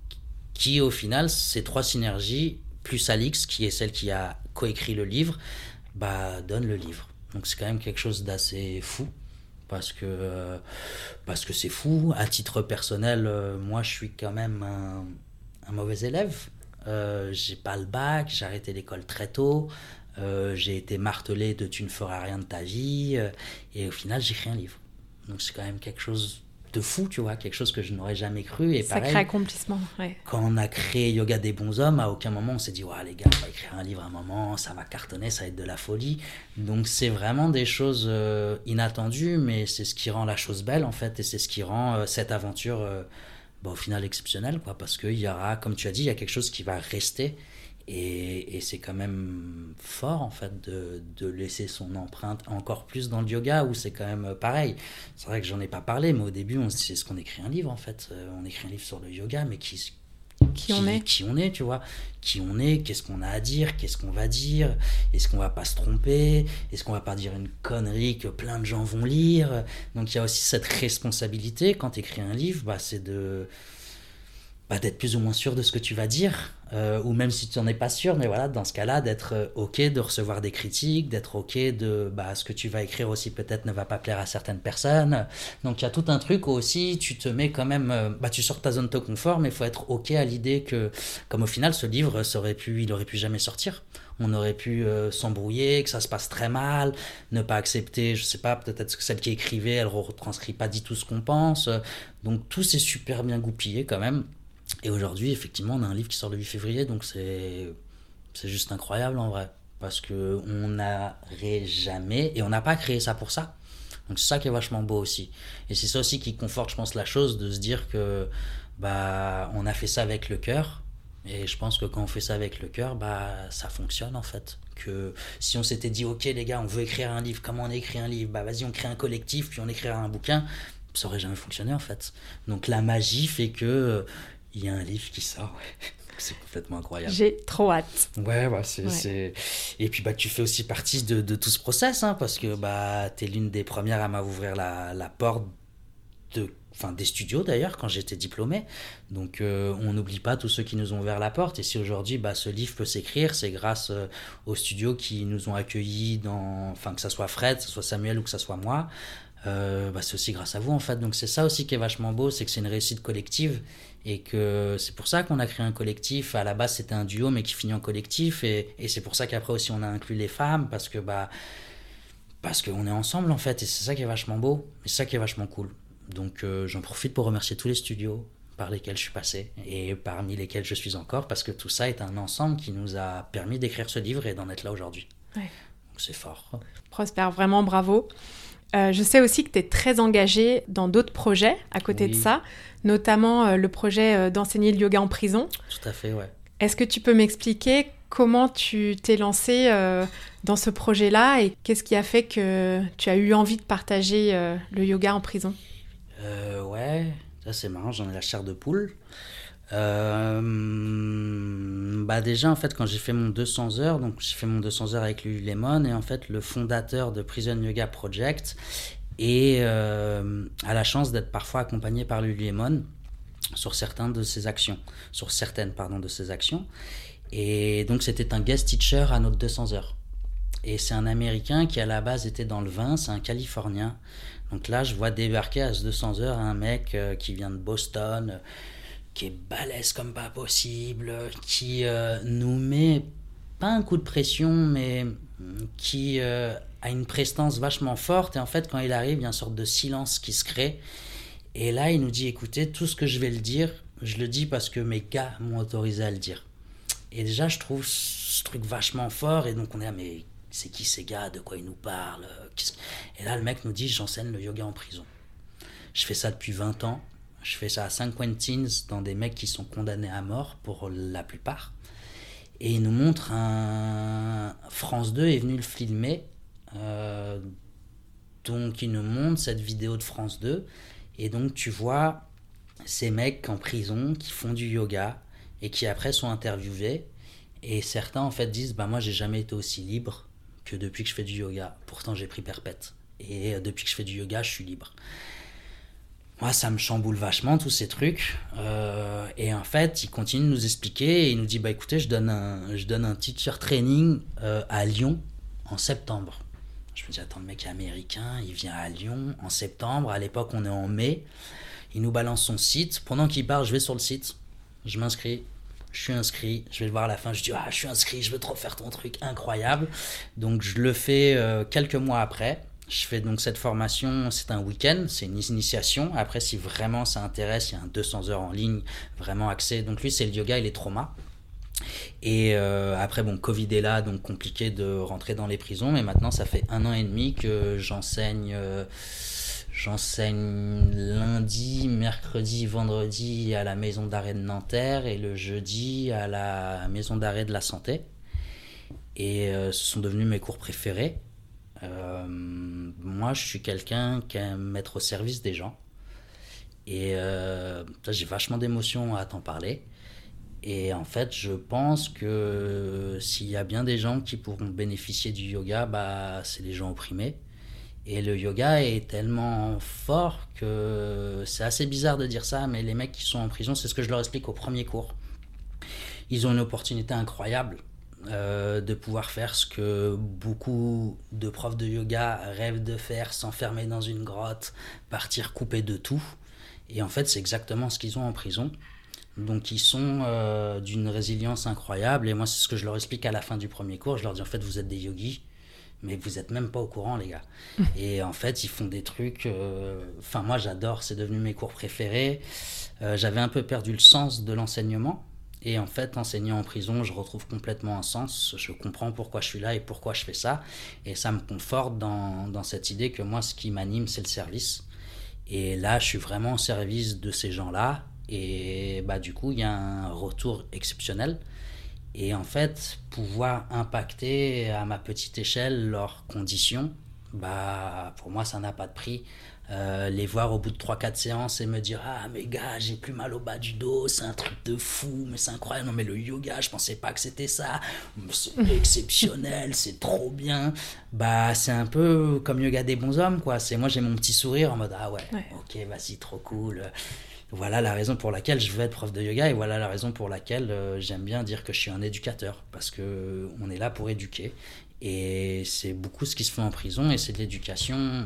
Qui au final, ces trois synergies, plus Alix, qui est celle qui a coécrit le livre, bah, donne le livre. Donc c'est quand même quelque chose d'assez fou, parce que, euh, parce que c'est fou. À titre personnel, euh, moi je suis quand même un, un mauvais élève. Euh, j'ai pas le bac, j'ai arrêté l'école très tôt, euh, j'ai été martelé de tu ne feras rien de ta vie, euh, et au final j'écris un livre. Donc c'est quand même quelque chose... de fou, tu vois, quelque chose que je n'aurais jamais cru. Et
sacré
pareil,
accomplissement, ouais.
Quand on a créé Yoga des bons hommes, à aucun moment on s'est dit ouais les gars, on va écrire un livre à un moment, ça va cartonner, ça va être de la folie. Donc c'est vraiment des choses euh, inattendues, mais c'est ce qui rend la chose belle en fait, et c'est ce qui rend euh, cette aventure euh, bah, au final exceptionnelle, quoi, parce qu'il y aura, comme tu as dit, il y a quelque chose qui va rester. Et, et c'est quand même fort en fait de, de laisser son empreinte encore plus dans le yoga, où c'est quand même pareil. C'est vrai que j'en ai pas parlé, mais au début on se dit est-ce qu'on écrit un livre en fait, euh, on écrit un livre sur le yoga, mais qui,
qui,
qui
on est
qui on est, tu vois, qui on est, qu'est-ce qu'on a à dire, qu'est-ce qu'on va dire, est-ce qu'on va pas se tromper, est-ce qu'on va pas dire une connerie que plein de gens vont lire. Donc il y a aussi cette responsabilité quand tu écris un livre, bah, c'est de bah, d'être plus ou moins sûr de ce que tu vas dire, euh, ou même si tu n'en es pas sûr, mais voilà, dans ce cas-là, d'être euh, OK de recevoir des critiques, d'être OK de bah, ce que tu vas écrire aussi peut-être ne va pas plaire à certaines personnes. Donc il y a tout un truc où aussi tu te mets quand même, euh, bah, tu sors de ta zone de confort, mais il faut être OK à l'idée que, comme au final, ce livre, ça aurait pu, il aurait pu jamais sortir. On aurait pu euh, s'embrouiller, que ça se passe très mal, ne pas accepter, je sais pas, peut-être que celle qui écrivait, elle retranscrit pas du tout ce qu'on pense. Donc tout s'est super bien goupillé quand même. Et aujourd'hui, effectivement, on a un livre qui sort le huit février, donc c'est, c'est juste incroyable en vrai. Parce qu'on n'aurait jamais, et on n'a pas créé ça pour ça. Donc c'est ça qui est vachement beau aussi. Et c'est ça aussi qui conforte, je pense, la chose, de se dire que bah, on a fait ça avec le cœur. Et je pense que quand on fait ça avec le cœur, bah, ça fonctionne en fait. Que si on s'était dit, ok les gars, on veut écrire un livre, comment on écrit un livre? Bah vas-y, on crée un collectif, puis on écrira un bouquin. Ça aurait jamais fonctionné en fait. Donc la magie fait que il y a un livre qui sort. C'est complètement incroyable.
J'ai trop hâte.
Ouais, bah, c'est,
Ouais.
c'est... Et puis bah, tu fais aussi partie de, de tout ce process, hein, parce que bah, tu es l'une des premières à m'ouvrir la, la porte de, enfin, des studios d'ailleurs, quand j'étais diplômé. Donc euh, on n'oublie pas tous ceux qui nous ont ouvert la porte. Et si aujourd'hui bah, ce livre peut s'écrire, c'est grâce euh, aux studios qui nous ont accueillis, dans... enfin, que ça soit Fred, que ce soit Samuel ou que ça soit moi. Euh, bah, c'est aussi grâce à vous en fait. Donc c'est ça aussi qui est vachement beau, c'est que c'est une réussite collective. Et que c'est pour ça qu'on a créé un collectif. À la base, c'était un duo, mais qui finit en collectif. Et, et c'est pour ça qu'après aussi, on a inclus les femmes, parce que bah, parce qu'on est ensemble, en fait. Et c'est ça qui est vachement beau. Et c'est ça qui est vachement cool. Donc, euh, j'en profite pour remercier tous les studios par lesquels je suis passé, et parmi lesquels je suis encore, parce que tout ça est un ensemble qui nous a permis d'écrire ce livre et d'en être là aujourd'hui.
Ouais.
Donc, c'est fort.
Prosper, vraiment bravo. Euh, je sais aussi que tu es très engagé dans d'autres projets à côté
Oui.
de ça, notamment euh, le projet euh, d'enseigner le yoga en prison.
Tout à fait, ouais.
Est-ce que tu peux m'expliquer comment tu t'es lancé euh, dans ce projet-là et qu'est-ce qui a fait que tu as eu envie de partager euh, le yoga en prison?
Euh, ouais, ça c'est marrant, j'en ai la chair de poule. Euh, bah déjà en fait quand j'ai fait mon deux cents heures, donc j'ai fait mon deux cents heures avec Lululemon, et en fait le fondateur de Prison Yoga Project et euh, a la chance d'être parfois accompagné par Lululemon sur certains de ses actions, sur certaines pardon de ses actions, et donc c'était un guest teacher à notre deux cents heures. Et c'est un Américain qui à la base était dans le vin, c'est un Californien. Donc là je vois débarquer à ce deux cents heures un mec euh, qui vient de Boston, euh, qui est balèze comme pas possible, qui euh, nous met pas un coup de pression, mais qui euh, a une prestance vachement forte. Et en fait, quand il arrive, il y a une sorte de silence qui se crée. Et là, il nous dit, écoutez, tout ce que je vais le dire, je le dis parce que mes gars m'ont autorisé à le dire. Et déjà, je trouve ce truc vachement fort. Et donc, on est là, mais c'est qui ces gars? De quoi ils nous parlent? Et là, le mec nous dit, j'enseigne le yoga en prison. Je fais ça depuis vingt ans. Je fais ça à San Quentin, dans des mecs qui sont condamnés à mort pour la plupart. Et il nous montre un... France deux est venu le filmer. Euh... Donc il nous montre cette vidéo de France deux. Et donc tu vois ces mecs en prison qui font du yoga et qui après sont interviewés. Et certains en fait disent bah, moi j'ai jamais été aussi libre que depuis que je fais du yoga. Pourtant j'ai pris perpète. Et depuis que je fais du yoga, je suis libre. Moi, ça me chamboule vachement, tous ces trucs. Euh, et en fait, il continue de nous expliquer et il nous dit, bah écoutez, je donne un, je donne un teacher training euh, à Lyon en septembre. Je me dis, attends, le mec est américain, il vient à Lyon en septembre. À l'époque, on est en mai. Il nous balance son site. Pendant qu'il parle, je vais sur le site. Je m'inscris. Je suis inscrit. Je vais le voir à la fin. Je dis, ah, je suis inscrit, je veux trop faire ton truc, incroyable. Donc, je le fais euh, quelques mois après. Je fais donc cette formation, c'est un week-end, c'est une initiation. Après, si vraiment ça intéresse, il y a un deux cents heures en ligne, vraiment axé. Donc lui, c'est le yoga et les traumas. Et euh, après, bon, Covid est là, donc compliqué de rentrer dans les prisons. Mais maintenant, ça fait un an et demi que j'enseigne, euh, j'enseigne lundi, mercredi, vendredi à la maison d'arrêt de Nanterre et le jeudi à la maison d'arrêt de la Santé. Et euh, ce sont devenus mes cours préférés. Euh, moi, je suis quelqu'un qui aime mettre au service des gens. Et euh, j'ai vachement d'émotions à t'en parler. Et en fait, je pense que s'il y a bien des gens qui pourront bénéficier du yoga, bah, c'est les gens opprimés. Et le yoga est tellement fort que c'est assez bizarre de dire ça, mais les mecs qui sont en prison, c'est ce que je leur explique au premier cours. Ils ont une opportunité incroyable euh, de pouvoir faire ce que beaucoup de profs de yoga rêvent de faire, s'enfermer dans une grotte, partir coupé de tout. Et en fait, c'est exactement ce qu'ils ont en prison. Donc, ils sont euh, d'une résilience incroyable. Et moi, c'est ce que je leur explique à la fin du premier cours. Je leur dis, en fait, vous êtes des yogis, mais vous n'êtes même pas au courant, les gars. Et en fait, ils font des trucs... Enfin, euh... moi, j'adore. C'est devenu mes cours préférés. Euh, j'avais un peu perdu le sens de l'enseignement. Et en fait, enseignant en prison, je retrouve complètement un sens. Je comprends pourquoi je suis là et pourquoi je fais ça. Et ça me conforte dans, dans cette idée que moi, ce qui m'anime, c'est le service. Et là, je suis vraiment au service de ces gens-là. Et bah, du coup, il y a un retour exceptionnel. Et en fait, pouvoir impacter à ma petite échelle leurs conditions, bah, pour moi, ça n'a pas de prix. Euh, les voir au bout de trois quatre séances et me dire « Ah, mais gars, j'ai plus mal au bas du dos, c'est un truc de fou, mais c'est incroyable. Non, mais le yoga, je pensais pas que c'était ça. C'est exceptionnel, c'est trop bien. » Bah, c'est un peu comme Yoga des bons hommes, quoi. C'est, moi, j'ai mon petit sourire en mode « Ah ouais, ouais. ok, vas-y, trop cool. » Voilà la raison pour laquelle je veux être prof de yoga et voilà la raison pour laquelle euh, j'aime bien dire que je suis un éducateur, parce qu'on est là pour éduquer. Et c'est beaucoup ce qui se fait en prison et c'est de l'éducation.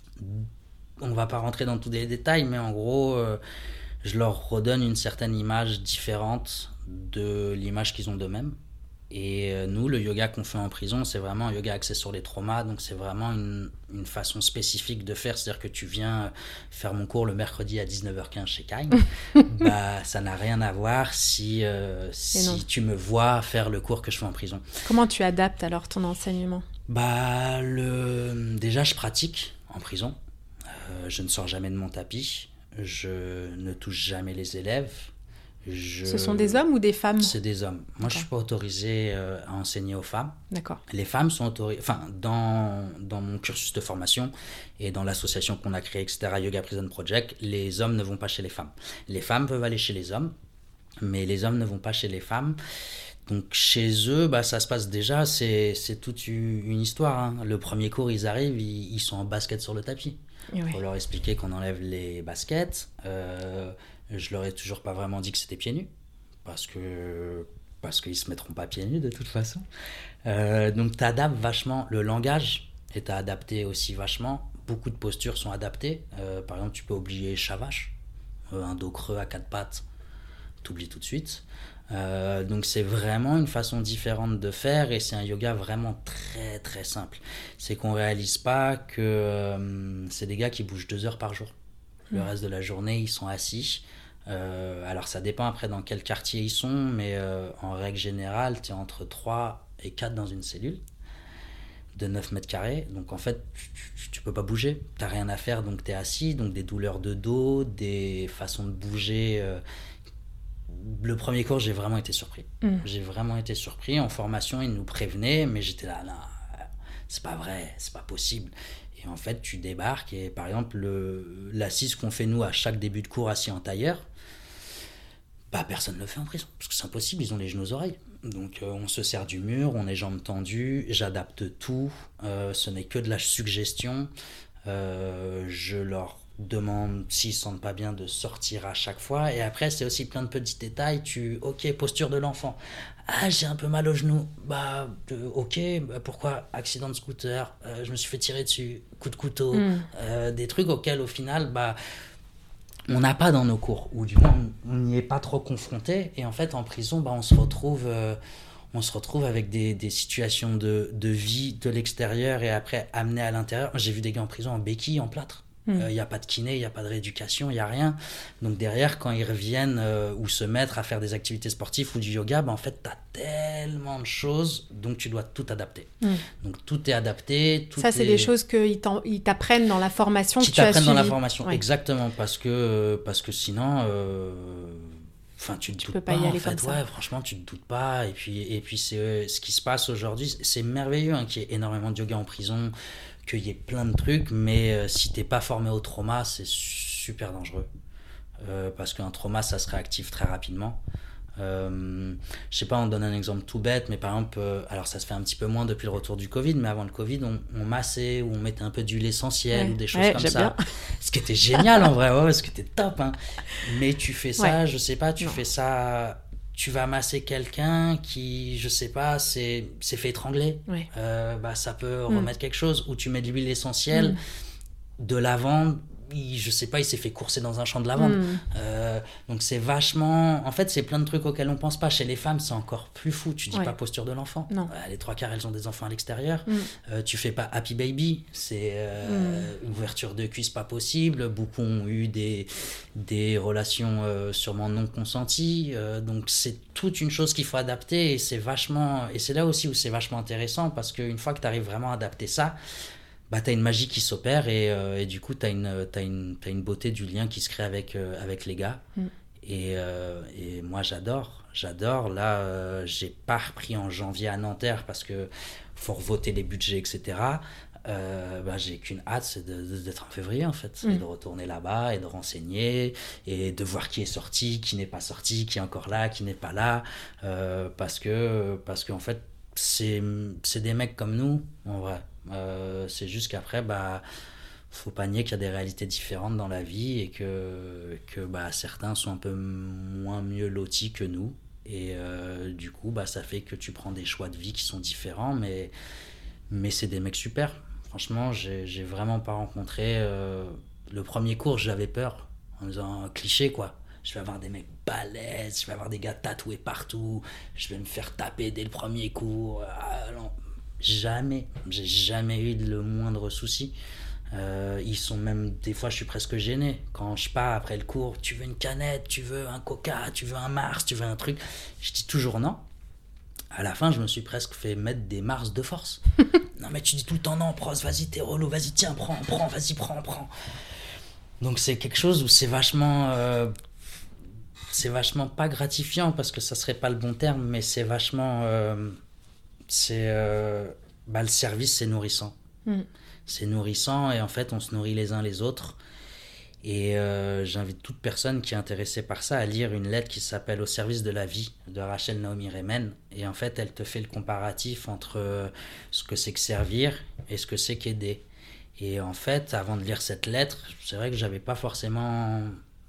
On ne va pas rentrer dans tous les détails, mais en gros, euh, je leur redonne une certaine image différente de l'image qu'ils ont d'eux-mêmes. Et euh, nous, le yoga qu'on fait en prison, c'est vraiment un yoga axé sur les traumas, donc c'est vraiment une, une façon spécifique de faire. C'est-à-dire que tu viens faire mon cours le mercredi à dix-neuf heures quinze chez Kine, bah, ça n'a rien à voir si, euh, si tu me vois faire le cours que je fais en prison.
Comment tu adaptes alors ton enseignement ?
Bah, le... Déjà, je pratique en prison. Euh, je ne sors jamais de mon tapis. Je ne touche jamais les élèves. Je...
Ce sont des hommes ou des femmes ?
C'est des hommes. Moi, D'accord. je ne suis pas autorisé euh, à enseigner aux femmes.
D'accord.
Les femmes sont autorisées... Enfin, dans, dans mon cursus de formation et dans l'association qu'on a créée, et cetera, Yoga Prison Project, les hommes ne vont pas chez les femmes. Les femmes peuvent aller chez les hommes, mais les hommes ne vont pas chez les femmes. Donc, chez eux, bah, ça se passe déjà, c'est, c'est toute une histoire. Hein. Le premier cours, ils arrivent, ils, ils sont en basket sur le tapis. Il oui. faut leur expliquer qu'on enlève les baskets. Euh, je leur ai toujours pas vraiment dit que c'était pieds nus, parce que parce qu'ils se mettront pas pieds nus de toute façon. Euh, donc tu adaptes vachement le langage, et tu as adapté aussi vachement. Beaucoup de postures sont adaptées. Euh, par exemple, tu peux oublier Shavash, euh, un dos creux à quatre pattes, t'oublies tout de suite. Euh, donc c'est vraiment une façon différente de faire et c'est un yoga vraiment très très simple. C'est qu'on réalise pas que euh, c'est des gars qui bougent deux heures par jour. Le mmh. reste de la journée, ils sont assis. Euh, alors ça dépend après dans quel quartier ils sont, mais euh, en règle générale, tu es entre trois et quatre dans une cellule de neuf mètres carrés. Donc en fait, tu, tu peux pas bouger. Tu n'as rien à faire, donc tu es assis. Donc des douleurs de dos, des façons de bouger... Euh, Le premier cours, j'ai vraiment été surpris. Mmh. J'ai vraiment été surpris. En formation, ils nous prévenaient, mais j'étais là, non, c'est pas vrai, c'est pas possible. Et en fait, tu débarques et par exemple, le, l'assise qu'on fait nous à chaque début de cours assis en tailleur, bah personne ne le fait en prison, parce que c'est impossible, ils ont les genoux aux oreilles. Donc euh, on se sert du mur, on est jambes tendues, j'adapte tout, euh, ce n'est que de la suggestion. Euh, je leur demande s'ils se sentent pas bien de sortir à chaque fois et après c'est aussi plein de petits détails. Tu ok, posture de l'enfant, ah j'ai un peu mal au genou, bah euh, ok, bah, pourquoi accident de scooter, euh, je me suis fait tirer dessus, coup de couteau, mm. euh, des trucs auxquels au final bah on n'a pas dans nos cours, ou du moins on n'y est pas trop confronté. Et en fait en prison bah on se retrouve euh, on se retrouve avec des, des situations de, de vie de l'extérieur et après amenées à l'intérieur. J'ai vu des gars en prison en béquille, en plâtre. Il n'y mmh. euh, a pas de kiné, il n'y a pas de rééducation, il n'y a rien. Donc derrière, quand ils reviennent euh, ou se mettre à faire des activités sportives ou du yoga, bah, en fait, tu as tellement de choses, donc tu dois tout adapter. Mmh. Donc tout est adapté. Tout
Ça, c'est
est...
des choses qu'ils t'apprennent dans la formation
Qui
que tu as suivie.
t'apprennent dans la formation, ouais. Exactement, parce que, parce que sinon... Euh... Enfin, tu te
tu
doutes
peux pas,
pas,
y aller
en fait,
comme
ouais,
ça.
Franchement, tu te doutes pas. Et puis, et puis c'est euh, ce qui se passe aujourd'hui, c'est merveilleux hein, qu'il y ait énormément de yoga en prison, qu'il y ait plein de trucs, mais euh, si t'es pas formé au trauma, c'est super dangereux. Euh, parce qu'un trauma, ça se réactive très rapidement. Euh, je sais pas, on donne un exemple tout bête, mais par exemple, euh, alors ça se fait un petit peu moins depuis le retour du Covid, mais avant le Covid, on, on massait ou on mettait un peu d'huile essentielle
ouais.
ou des choses
ouais,
comme
j'aime
ça.
Bien.
Ce qui était génial en vrai, ouais, ouais, ce qui était top. Hein. Mais tu fais ça,
ouais.
je sais pas, tu
non.
fais ça, tu vas masser quelqu'un qui, je sais pas, s'est, s'est fait étrangler.
Ouais.
Euh, bah, ça peut
mm.
remettre quelque chose. Ou tu mets de l'huile essentielle, mm. de lavande. Il, je sais pas, il s'est fait courser dans un champ de lavande. Mm. Euh, donc c'est vachement... En fait, c'est plein de trucs auxquels on pense pas. Chez les femmes, c'est encore plus fou. Tu dis ouais. pas posture de l'enfant.
Non.
Euh, les trois quarts, elles ont des enfants à l'extérieur.
Mm.
Euh, tu fais pas happy baby. C'est euh, mm. une ouverture de cuisse pas possible. Beaucoup ont eu des, des relations euh, sûrement non consenties. Euh, donc c'est toute une chose qu'il faut adapter. Et c'est vachement... Et c'est là aussi où c'est vachement intéressant parce qu'une fois que tu arrives vraiment à adapter ça, bah, tu as une magie qui s'opère et, euh, et du coup, tu as une, t'as une, t'as une beauté du lien qui se crée avec, euh, avec les gars. Mm. Et, euh, et moi, j'adore. J'adore. Là, euh, j'ai pas repris en janvier à Nanterre parce qu'il faut revoter les budgets, et cetera. Euh, bah, j'ai qu'une hâte, c'est de, de, d'être en février, en fait. Mm. Et de retourner là-bas et de renseigner et de voir qui est sorti, qui n'est pas sorti, qui est encore là, qui n'est pas là. Euh, parce que, parce qu'en fait, c'est, c'est des mecs comme nous, en vrai. Euh, c'est juste qu'après bah faut pas nier qu'il y a des réalités différentes dans la vie et que, que bah, certains sont un peu moins mieux lotis que nous et euh, du coup bah, ça fait que tu prends des choix de vie qui sont différents mais, mais c'est des mecs super franchement j'ai, j'ai vraiment pas rencontré euh, le premier cours j'avais peur en disant cliché quoi. Je vais avoir des mecs balèzes, je vais avoir des gars tatoués partout, je vais me faire taper dès le premier cours. Ah, non. Jamais, j'ai jamais eu le moindre souci. Euh, ils sont même, des fois je suis presque gêné. Quand je pars après le cours, tu veux une canette, tu veux un coca, tu veux un Mars, tu veux un truc. Je dis toujours non. À la fin, je me suis presque fait mettre des Mars de force. Non mais tu dis tout le temps non, pros, vas-y, t'es relou, vas-y, tiens, prends, prends, vas-y, prends, prends. Donc c'est quelque chose où c'est vachement... Euh, c'est vachement pas gratifiant parce que ça serait pas le bon terme, mais c'est vachement... Euh, c'est euh, bah, le service c'est nourrissant mm. c'est nourrissant et en fait on se nourrit les uns les autres et euh, j'invite toute personne qui est intéressée par ça à lire une lettre qui s'appelle Au service de la vie de Rachel Naomi Remen et en fait elle te fait le comparatif entre ce que c'est que servir et ce que c'est qu'aider et en fait avant de lire cette lettre c'est vrai que j'avais pas forcément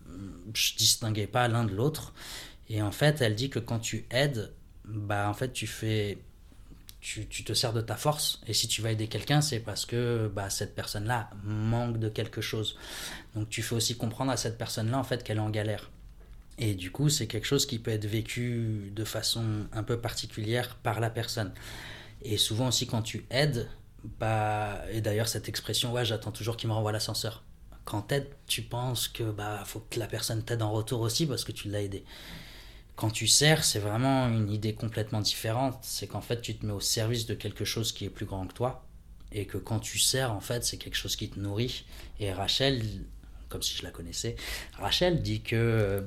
je distinguais pas l'un de l'autre et en fait elle dit que quand tu aides bah en fait tu fais Tu, tu te sers de ta force et si tu vas aider quelqu'un c'est parce que bah, cette personne là manque de quelque chose donc tu fais aussi comprendre à cette personne là en fait qu'elle est en galère et du coup c'est quelque chose qui peut être vécu de façon un peu particulière par la personne et souvent aussi quand tu aides bah, et d'ailleurs cette expression ouais j'attends toujours qu'il me renvoie l'ascenseur quand t'aides tu penses que bah, faut que la personne t'aide en retour aussi parce que tu l'as aidé. Quand tu sers, c'est vraiment une idée complètement différente. C'est qu'en fait, tu te mets au service de quelque chose qui est plus grand que toi. Et que quand tu sers, en fait, c'est quelque chose qui te nourrit. Et Rachel, comme si je la connaissais, Rachel dit que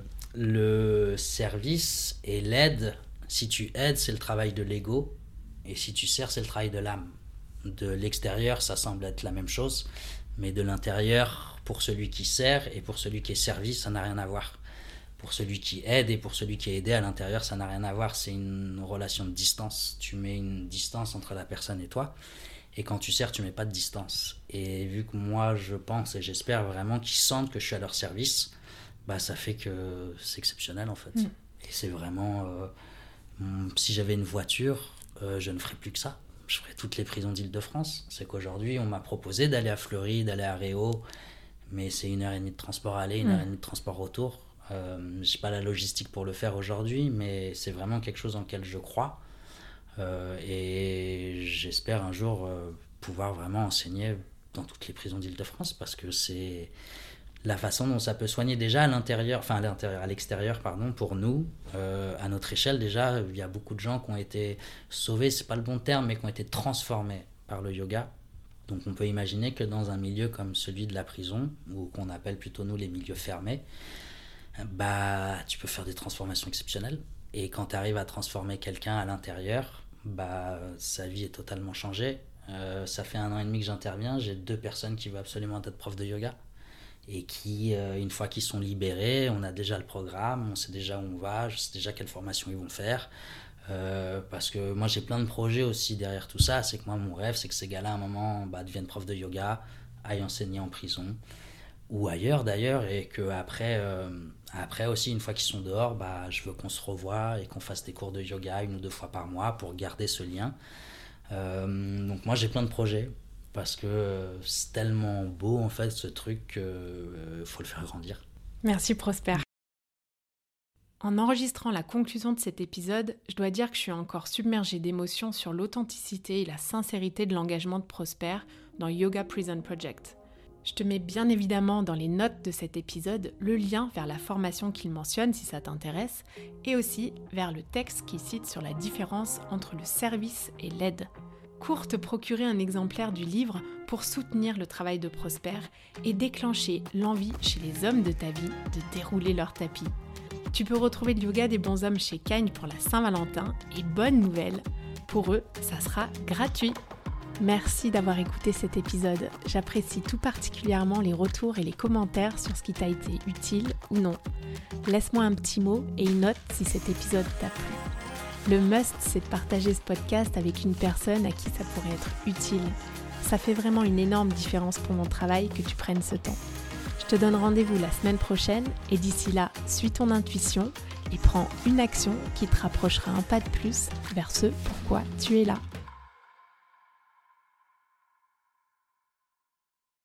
le service et l'aide, si tu aides, c'est le travail de l'ego. Et si tu sers, c'est le travail de l'âme. De l'extérieur, ça semble être la même chose. Mais de l'intérieur, pour celui qui sert et pour celui qui est servi, ça n'a rien à voir. Pour celui qui aide et pour celui qui est aidé à l'intérieur, ça n'a rien à voir, c'est une relation de distance. Tu mets une distance entre la personne et toi, et quand tu sers, tu mets pas de distance. Et vu que moi, je pense et j'espère vraiment qu'ils sentent que je suis à leur service, bah ça fait que c'est exceptionnel en fait. Mm. Et c'est vraiment... Euh, si j'avais une voiture, euh, je ne ferais plus que ça. Je ferais toutes les prisons d'Île-de-France. C'est qu'aujourd'hui, on m'a proposé d'aller à Fleury, d'aller à Réau, mais c'est une heure et demie de transport aller, une mm. heure et demie de transport retour. Euh, j'ai pas la logistique pour le faire aujourd'hui, mais c'est vraiment quelque chose en lequel je crois euh, et j'espère un jour euh, pouvoir vraiment enseigner dans toutes les prisons d'Île-de-France parce que c'est la façon dont ça peut soigner déjà à l'intérieur, enfin à l'intérieur, à l'extérieur pardon, pour nous, euh, à notre échelle déjà, il y a beaucoup de gens qui ont été sauvés, c'est pas le bon terme, mais qui ont été transformés par le yoga. Donc on peut imaginer que dans un milieu comme celui de la prison, ou qu'on appelle plutôt nous les milieux fermés, bah, tu peux faire des transformations exceptionnelles. Et quand tu arrives à transformer quelqu'un à l'intérieur, bah, sa vie est totalement changée. Euh, ça fait un an et demi que j'interviens, j'ai deux personnes qui veulent absolument être prof de yoga. et qui, euh, une fois qu'ils sont libérés, on a déjà le programme, on sait déjà où on va, je sais déjà quelle formation ils vont faire. Euh, parce que moi j'ai plein de projets aussi derrière tout ça. C'est que moi mon rêve c'est que ces gars-là à un moment bah, deviennent profs de yoga, aillent enseigner en prison ou ailleurs d'ailleurs, et que après, euh, après aussi une fois qu'ils sont dehors, bah, je veux qu'on se revoie et qu'on fasse des cours de yoga une ou deux fois par mois pour garder ce lien. Euh, donc moi j'ai plein de projets parce que c'est tellement beau en fait ce truc qu'il euh, faut le faire grandir.
Merci Prosper. En enregistrant la conclusion de cet épisode, je dois dire que je suis encore submergée d'émotions sur l'authenticité et la sincérité de l'engagement de Prosper dans Yoga Prison Project. Je te mets bien évidemment dans les notes de cet épisode le lien vers la formation qu'il mentionne si ça t'intéresse, et aussi vers le texte qu'il cite sur la différence entre le service et l'aide. Cours te procurer un exemplaire du livre pour soutenir le travail de Prosper et déclencher l'envie chez les hommes de ta vie de dérouler leur tapis. Tu peux retrouver le yoga des bons hommes chez Kind pour la Saint-Valentin, et bonne nouvelle, pour eux, ça sera gratuit. Merci d'avoir écouté cet épisode. J'apprécie tout particulièrement les retours et les commentaires sur ce qui t'a été utile ou non. Laisse-moi un petit mot et une note si cet épisode t'a plu. Le must, c'est de partager ce podcast avec une personne à qui ça pourrait être utile. Ça fait vraiment une énorme différence pour mon travail que tu prennes ce temps. Je te donne rendez-vous la semaine prochaine et d'ici là, suis ton intuition et prends une action qui te rapprochera un pas de plus vers ce pourquoi tu es là.